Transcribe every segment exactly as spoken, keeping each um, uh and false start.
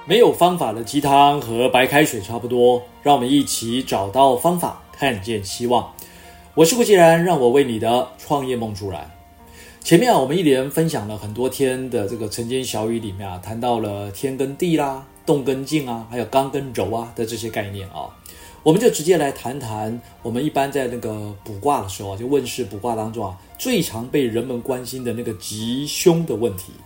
没有方法的鸡汤和白开水差不多，让我们一起找到方法，看见希望。我是顾继然，让我为你的创业梦助燃。前面啊，我们一连分享了很多天的这个晨间小语里面啊，谈到了天跟地啦、动跟静啊，还有刚跟柔啊的这些概念啊。我们就直接来谈谈我们一般在那个卜卦的时候啊，就问世卜卦当中啊，最常被人们关心的那个吉凶的问题。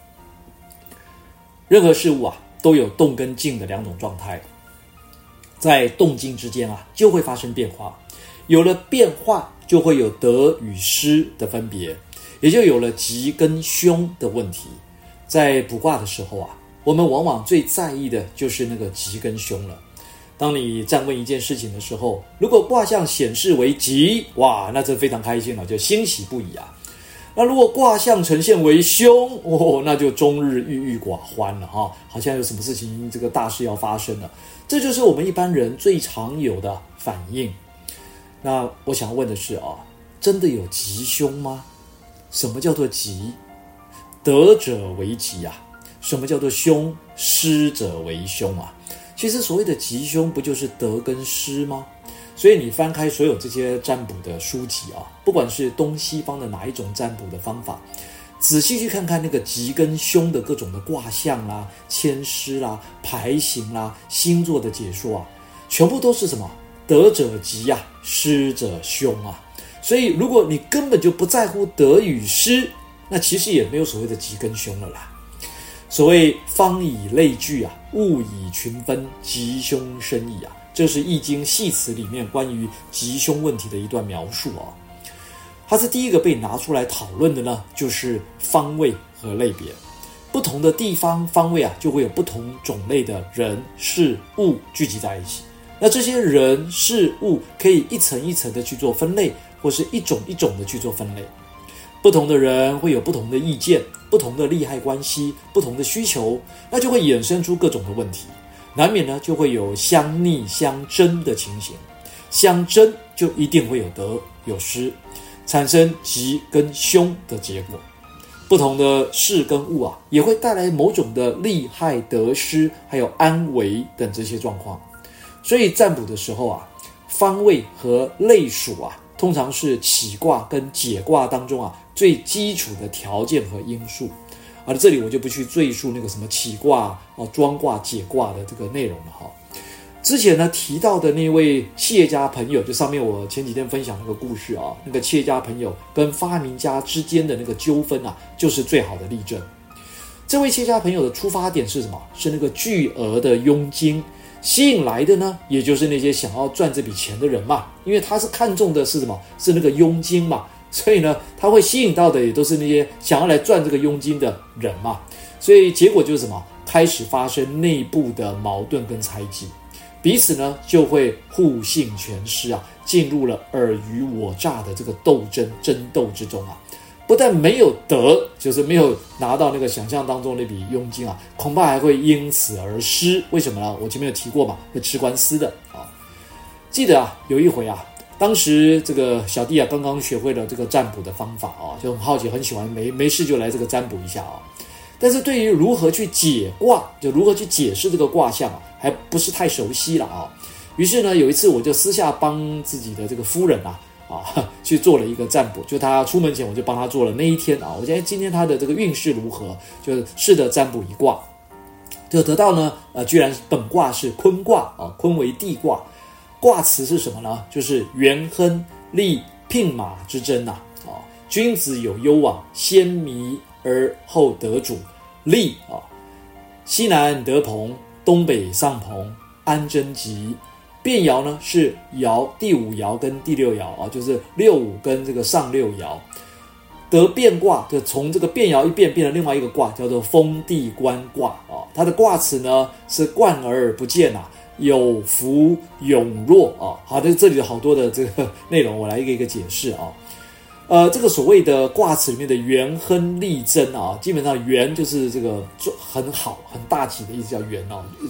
任何事物啊，都有动跟静的两种状态，在动静之间啊，就会发生变化。有了变化，就会有得与失的分别，也就有了吉跟凶的问题。在卜卦的时候啊，我们往往最在意的就是那个吉跟凶了。当你站问一件事情的时候，如果卦象显示为吉，哇，那这非常开心了，就欣喜不已啊。那如果卦象呈现为凶，哦，那就终日郁郁寡欢了哈，好像有什么事情这个大事要发生了。这就是我们一般人最常有的反应。那我想问的是啊，真的有吉凶吗？什么叫做吉？得者为吉啊。什么叫做凶？失者为凶啊。其实所谓的吉凶，不就是得跟失吗？所以你翻开所有这些占卜的书籍啊，不管是东西方的哪一种占卜的方法，仔细去看看那个吉跟凶的各种的卦象啦、牵师啦、牌型啦、星座的解说啊，全部都是什么？得者吉啊，失者凶啊。所以如果你根本就不在乎得与失，那其实也没有所谓的吉跟凶了啦。所谓方以类聚啊，物以群分，吉凶生矣啊，这是易经系辞里面关于吉凶问题的一段描述啊。它是第一个被拿出来讨论的呢，就是方位和类别。不同的地方方位啊，就会有不同种类的人事物聚集在一起。那这些人事物可以一层一层的去做分类，或是一种一种的去做分类。不同的人会有不同的意见，不同的利害关系，不同的需求，那就会衍生出各种的问题，难免呢就会有相逆相争的情形。相争就一定会有得有失，产生吉跟凶的结果。不同的事跟物啊，也会带来某种的利害得失，还有安危等这些状况。所以占卜的时候啊，方位和类属啊，通常是起卦跟解卦当中啊最基础的条件和因素。而这里我就不去赘述那个什么起卦、哦、庄卦、解卦的这个内容了哈。之前呢提到的那位企业家朋友，就上面我前几天分享那个故事啊，那个企业家朋友跟发明家之间的那个纠纷啊，就是最好的例证。这位企业家朋友的出发点是什么？是那个巨额的佣金。吸引来的呢，也就是那些想要赚这笔钱的人嘛，因为他是看重的是什么？是那个佣金嘛，所以呢，他会吸引到的也都是那些想要来赚这个佣金的人嘛，所以结果就是什么？开始发生内部的矛盾跟猜忌，彼此呢就会互信全失啊，进入了尔虞我诈的这个斗争争斗之中啊。不但没有得，就是没有拿到那个想象当中那笔佣金啊，恐怕还会因此而失。为什么呢？我前面有提过嘛，会吃官司的啊。记得啊，有一回啊，当时这个小弟啊刚刚学会了这个占卜的方法啊，就很好奇，很喜欢，没没事就来这个占卜一下啊。但是对于如何去解卦，就如何去解释这个卦象啊，还不是太熟悉了啊。于是呢，有一次我就私下帮自己的这个夫人啊。啊，去做了一个占卜，就他出门前我就帮他做了那一天啊，我觉得今天他的这个运势如何，就试着占卜一卦，就得到呢，呃，居然本卦是坤卦啊，坤为地卦，卦辞是什么呢？就是元亨利聘马之争呐，啊，君子有攸往，先迷而后得主，利啊，西南得朋，东北丧朋，安贞吉。变爻呢是爻第五爻跟第六爻啊，就是六五跟这个上六爻。得变卦就从这个变爻一变变了另外一个卦，叫做封地官卦啊。它的卦辞呢是冠而不见啊，有福永弱啊。好的，这里有好多的这个内容，我来一个一个解释啊。呃，这个所谓的卦辞里面的元亨利贞啊，基本上元就是这个很好很大吉的意思，叫元啊，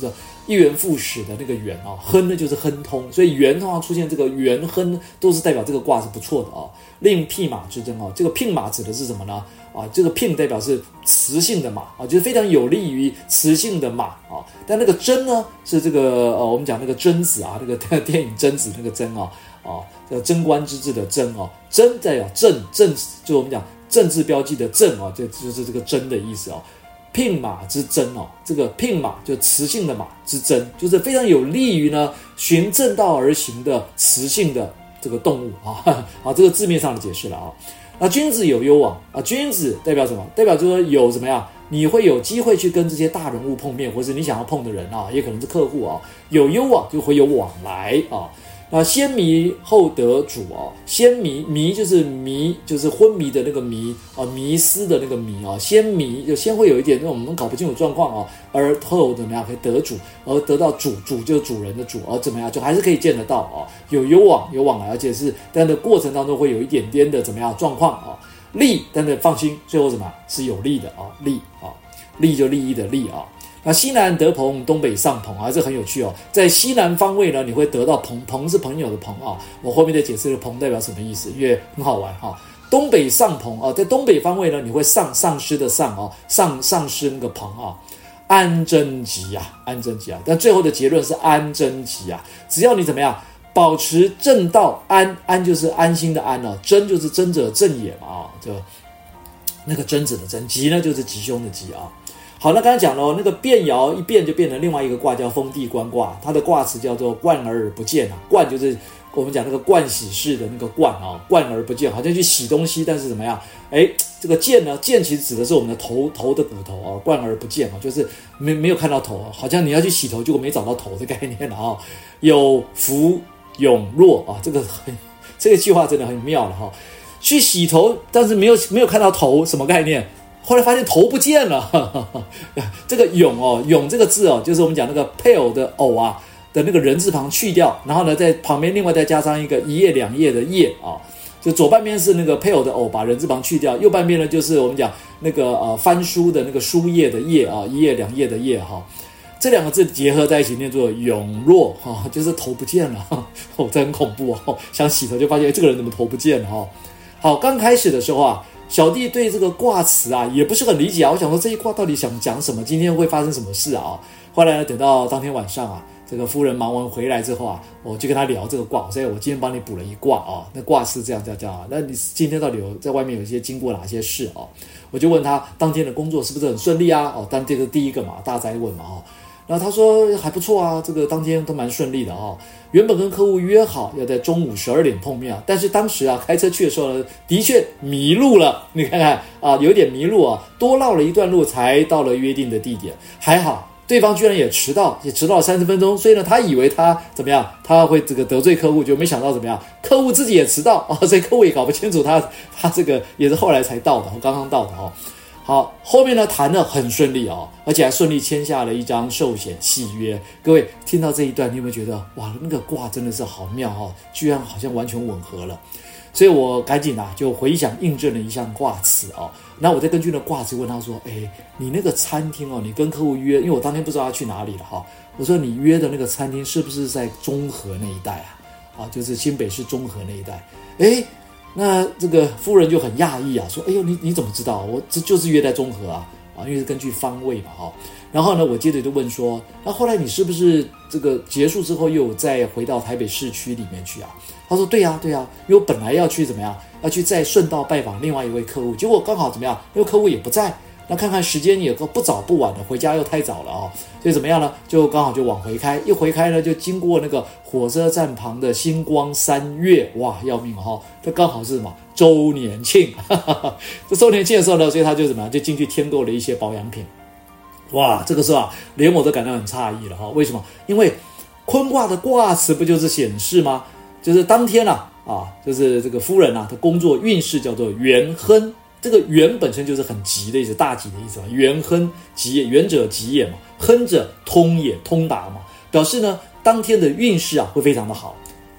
一元复始的那个元啊，亨呢就是亨通，所以元通常出现这个元亨都是代表这个卦是不错的啊。令匹马之争啊，这个聘马指的是什么呢？啊，这个聘代表是雌性的马啊，就是非常有利于雌性的马啊。但那个贞呢，是这个呃，我们讲那个贞子啊，那个电影贞子那个贞啊啊，这贞观之治的贞啊，贞代表政政，就我们讲政治标记的政啊，就就是这个贞的意思啊。聘马之争哦，这个聘马就雌性的马之争，就是非常有利于呢循正道而行的雌性的这个动物啊。啊，这个字面上的解释了啊。那君子有攸往啊，君子代表什么？代表就是说有怎么样，你会有机会去跟这些大人物碰面，或是你想要碰的人啊，也可能是客户啊。有攸往就会有往来啊。那先迷后得主啊，先迷迷就是迷，就是昏迷的那个迷啊，迷失的那个迷啊，先迷就先会有一点那种我们搞不清楚状况啊，而后怎么样可以得主，而得到主，主就是主人的主，而怎么样就还是可以见得到啊，有攸往有往来，而且是但的过程当中会有一点点的怎么样状况啊，利，但是放心，最后什么是有利的啊，利啊，利就利益的利啊。那西南得朋，东北上朋啊，这很有趣哦。在西南方位呢，你会得到朋，朋是朋友的朋啊。我后面再解释这个朋代表什么意思，因为很好玩哈。东北上朋啊，在东北方位呢，你会丧丧失的丧啊，丧丧失那个朋啊。安贞吉啊，安贞吉啊。但最后的结论是安贞吉啊。只要你怎么样，保持正道，安安就是安心的安啊，贞就是贞者正也嘛啊，就那个贞子的贞，吉呢就是吉凶的吉啊。好，那刚才讲了，那个变爻一变就变成另外一个卦，叫封地观卦，它的卦词叫做冠而不见啊。冠就是我们讲那个盥洗室的那个冠啊，冠而不见，好像去洗东西，但是怎么样？哎，这个见呢，见其实指的是我们的头头的骨头啊，冠而不见啊，就是没没有看到头，好像你要去洗头，结果没找到头的概念了啊。有福永弱啊，这个很这个句话真的很妙了哈。去洗头，但是没有没有看到头，什么概念？后来发现头不见了，呵呵呵这个永哦，永这个字哦，就是我们讲那个配偶的偶啊的那个人字旁去掉，然后呢，在旁边另外再加上一个一页两页的页啊，就左半边是那个配偶的偶，把人字旁去掉，右半边呢就是我们讲那个呃翻书的那个书页的页啊，一页两页的页哈，这两个字结合在一起念作永弱哈，就是头不见了，哦，这很恐怖哦，想洗头就发现这个人怎么头不见了哈。好，刚开始的时候啊。小弟对这个卦辞啊也不是很理解啊，我想说这一卦到底想讲什么，今天会发生什么事啊？后来呢，等到当天晚上啊，这个夫人忙完回来之后啊，我就跟他聊这个卦，所以我今天帮你补了一卦啊。那卦是这样这样这样啊，那你今天到底有在外面有一些经过哪些事啊？我就问他当天的工作是不是很顺利啊？哦，当这个第一个嘛，大灾问嘛哦。然后他说还不错啊，这个当天都蛮顺利的哦。原本跟客户约好要在中午十二点碰面啊，但是当时啊开车去的时候呢，的确迷路了。你看看啊，有点迷路啊，多绕了一段路才到了约定的地点。还好对方居然也迟到，也迟到了三十分钟，所以呢，他以为他怎么样，他会这个得罪客户，就没想到怎么样，客户自己也迟到啊，所以客户也搞不清楚他他这个也是后来才到的，刚刚到的哦。好，后面呢谈得很顺利哦，而且还顺利签下了一张寿险契约。各位听到这一段，你有没有觉得哇，那个卦真的是好妙哦，居然好像完全吻合了。所以我赶紧啊就回想印证了一项卦辞哦，然后我再根据那卦辞问他说，哎，你那个餐厅哦，你跟客户约，因为我当天不知道他去哪里了哈、哦，我说你约的那个餐厅是不是在中和那一带啊？啊，就是新北市中和那一带，哎。那这个夫人就很讶异啊，说：“哎呦，你你怎么知道？我这就是约在中和啊，啊，因为是根据方位嘛，哈、哦。然后呢，我接着就问说，那后来你是不是这个结束之后又再回到台北市区里面去啊？”他说：“对呀、啊，对呀、啊，因为我本来要去怎么样，要去再顺道拜访另外一位客户，结果刚好怎么样，那个客户也不在。”那看看时间也不早不晚的，回家又太早了哦，所以怎么样呢？就刚好就往回开，一回开呢，就经过那个火车站旁的星光三月，哇，要命哈、哦！这刚好是什么周年庆？哈哈哈，这周年庆的时候呢，所以他就怎么样，就进去添购了一些保养品。哇，这个时候啊，连我都感到很诧异了哈、哦。为什么？因为坤卦的卦辞不就是显示吗？就是当天啊啊，就是这个夫人啊，的工作运势叫做元亨。这个元本身就是很吉的意思，大吉的意思嘛。元亨吉也，元者吉也嘛，亨者通也，通达嘛，表示呢当天的运势啊会非常的好。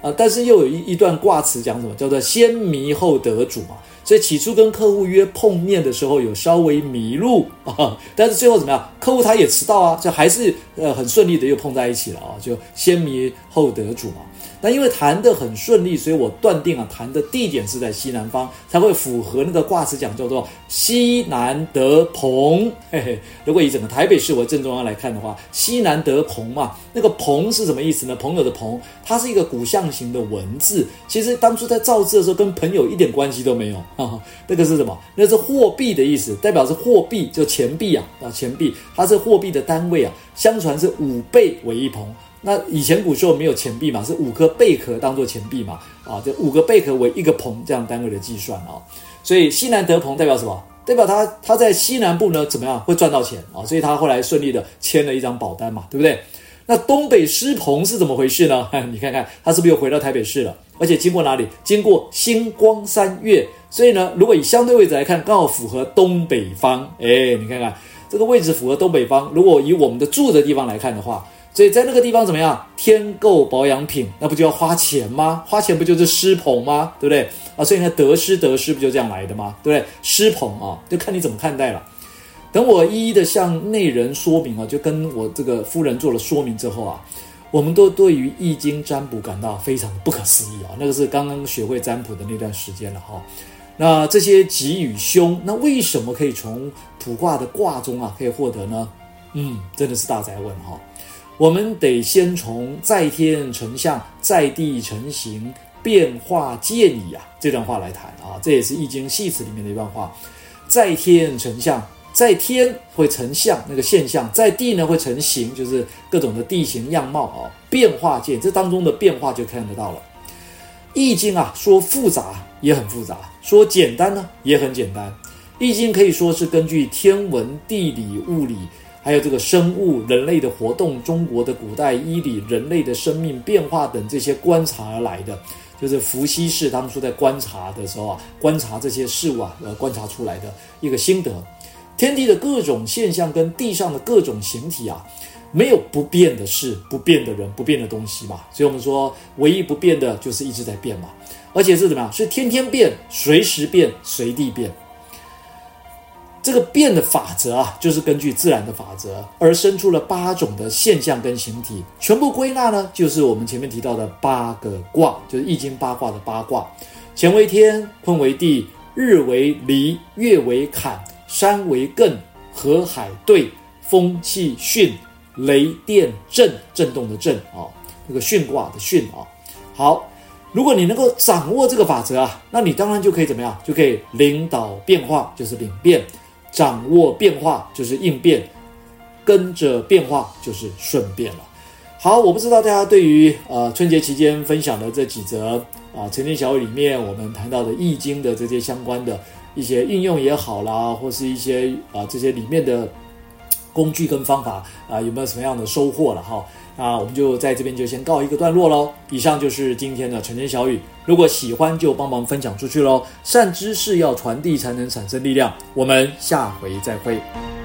啊，但是又有一一段卦辞讲什么，叫做先迷后得主嘛。所以起初跟客户约碰面的时候有稍微迷路啊，但是最后怎么样？客户他也迟到啊，就还是呃很顺利的又碰在一起了啊，就先迷后得主嘛。那因为谈得很顺利，所以我断定啊，谈的地点是在西南方，才会符合那个卦辞讲叫做西南得朋。嘿嘿，如果以整个台北市为正中央来看的话，西南得朋嘛，那个朋是什么意思呢？朋友的朋，它是一个古象形的文字，其实当初在造字的时候跟朋友一点关系都没有。哦、那个是什么？那是货币的意思，代表是货币，就钱币啊，啊钱币，它是货币的单位啊，相传是五贝为一朋。那以前古时候没有钱币嘛，是五颗贝壳当做钱币嘛，啊，就五个贝壳为一个朋这样单位的计算啊。所以西南得朋代表什么？代表他他在西南部呢怎么样会赚到钱啊？所以他后来顺利的签了一张保单嘛，对不对？那东北失朋是怎么回事呢？你看看他是不是又回到台北市了？而且经过哪里？经过星光三月，所以呢，如果以相对位置来看，刚好符合东北方。哎，你看看这个位置符合东北方。如果以我们的住的地方来看的话，所以在那个地方怎么样？添购保养品，那不就要花钱吗？花钱不就是失朋吗？对不对啊？所以呢，得失得失不就这样来的吗？对不对？失朋啊，就看你怎么看待了。等我一一的向内人说明啊，就跟我这个夫人做了说明之后啊，我们都对于易经占卜感到非常的不可思议啊。那个是刚刚学会占卜的那段时间了哈。那这些吉与凶，那为什么可以从卜卦的卦中啊可以获得呢？嗯，真的是大哉问哈。我们得先从在天成象，在地成形，变化见矣啊这段话来谈啊，这也是易经系辞里面的一段话。在天成象，在天会成象那个现象，在地呢会成形，就是各种的地形样貌啊，变化见，这当中的变化就看得到了。易经啊，说复杂也很复杂，说简单呢也很简单。易经可以说是根据天文、地理、物理，还有这个生物、人类的活动、中国的古代医理、人类的生命变化等这些观察而来的，就是伏羲氏当初在观察的时候啊，观察这些事物啊，呃，观察出来的一个心得。天地的各种现象跟地上的各种形体啊，没有不变的事、不变的人、不变的东西嘛。所以我们说，唯一不变的就是一直在变嘛，而且是怎么样？是天天变，随时变，随地变。这个变的法则啊，就是根据自然的法则而生出了八种的现象跟形体，全部归纳呢，就是我们前面提到的八个卦，就是易经八卦的八卦。乾为天，坤为地，日为离，月为坎，山为艮，河海兑，风气巽，雷电震，震动的震啊，那个巽卦的巽啊。好，如果你能够掌握这个法则啊，那你当然就可以怎么样？就可以领导变化，就是领变。掌握变化就是应变，跟着变化就是顺变了。好，我不知道大家对于呃春节期间分享的这几则啊晨间小语里面我们谈到的易经的这些相关的一些应用也好啦，或是一些啊这些里面的工具跟方法啊有没有什么样的收获了哈？那我们就在这边就先告一个段落咯。以上就是今天的晨间小语，如果喜欢就帮忙分享出去咯。善知识要传递才能产生力量，我们下回再会。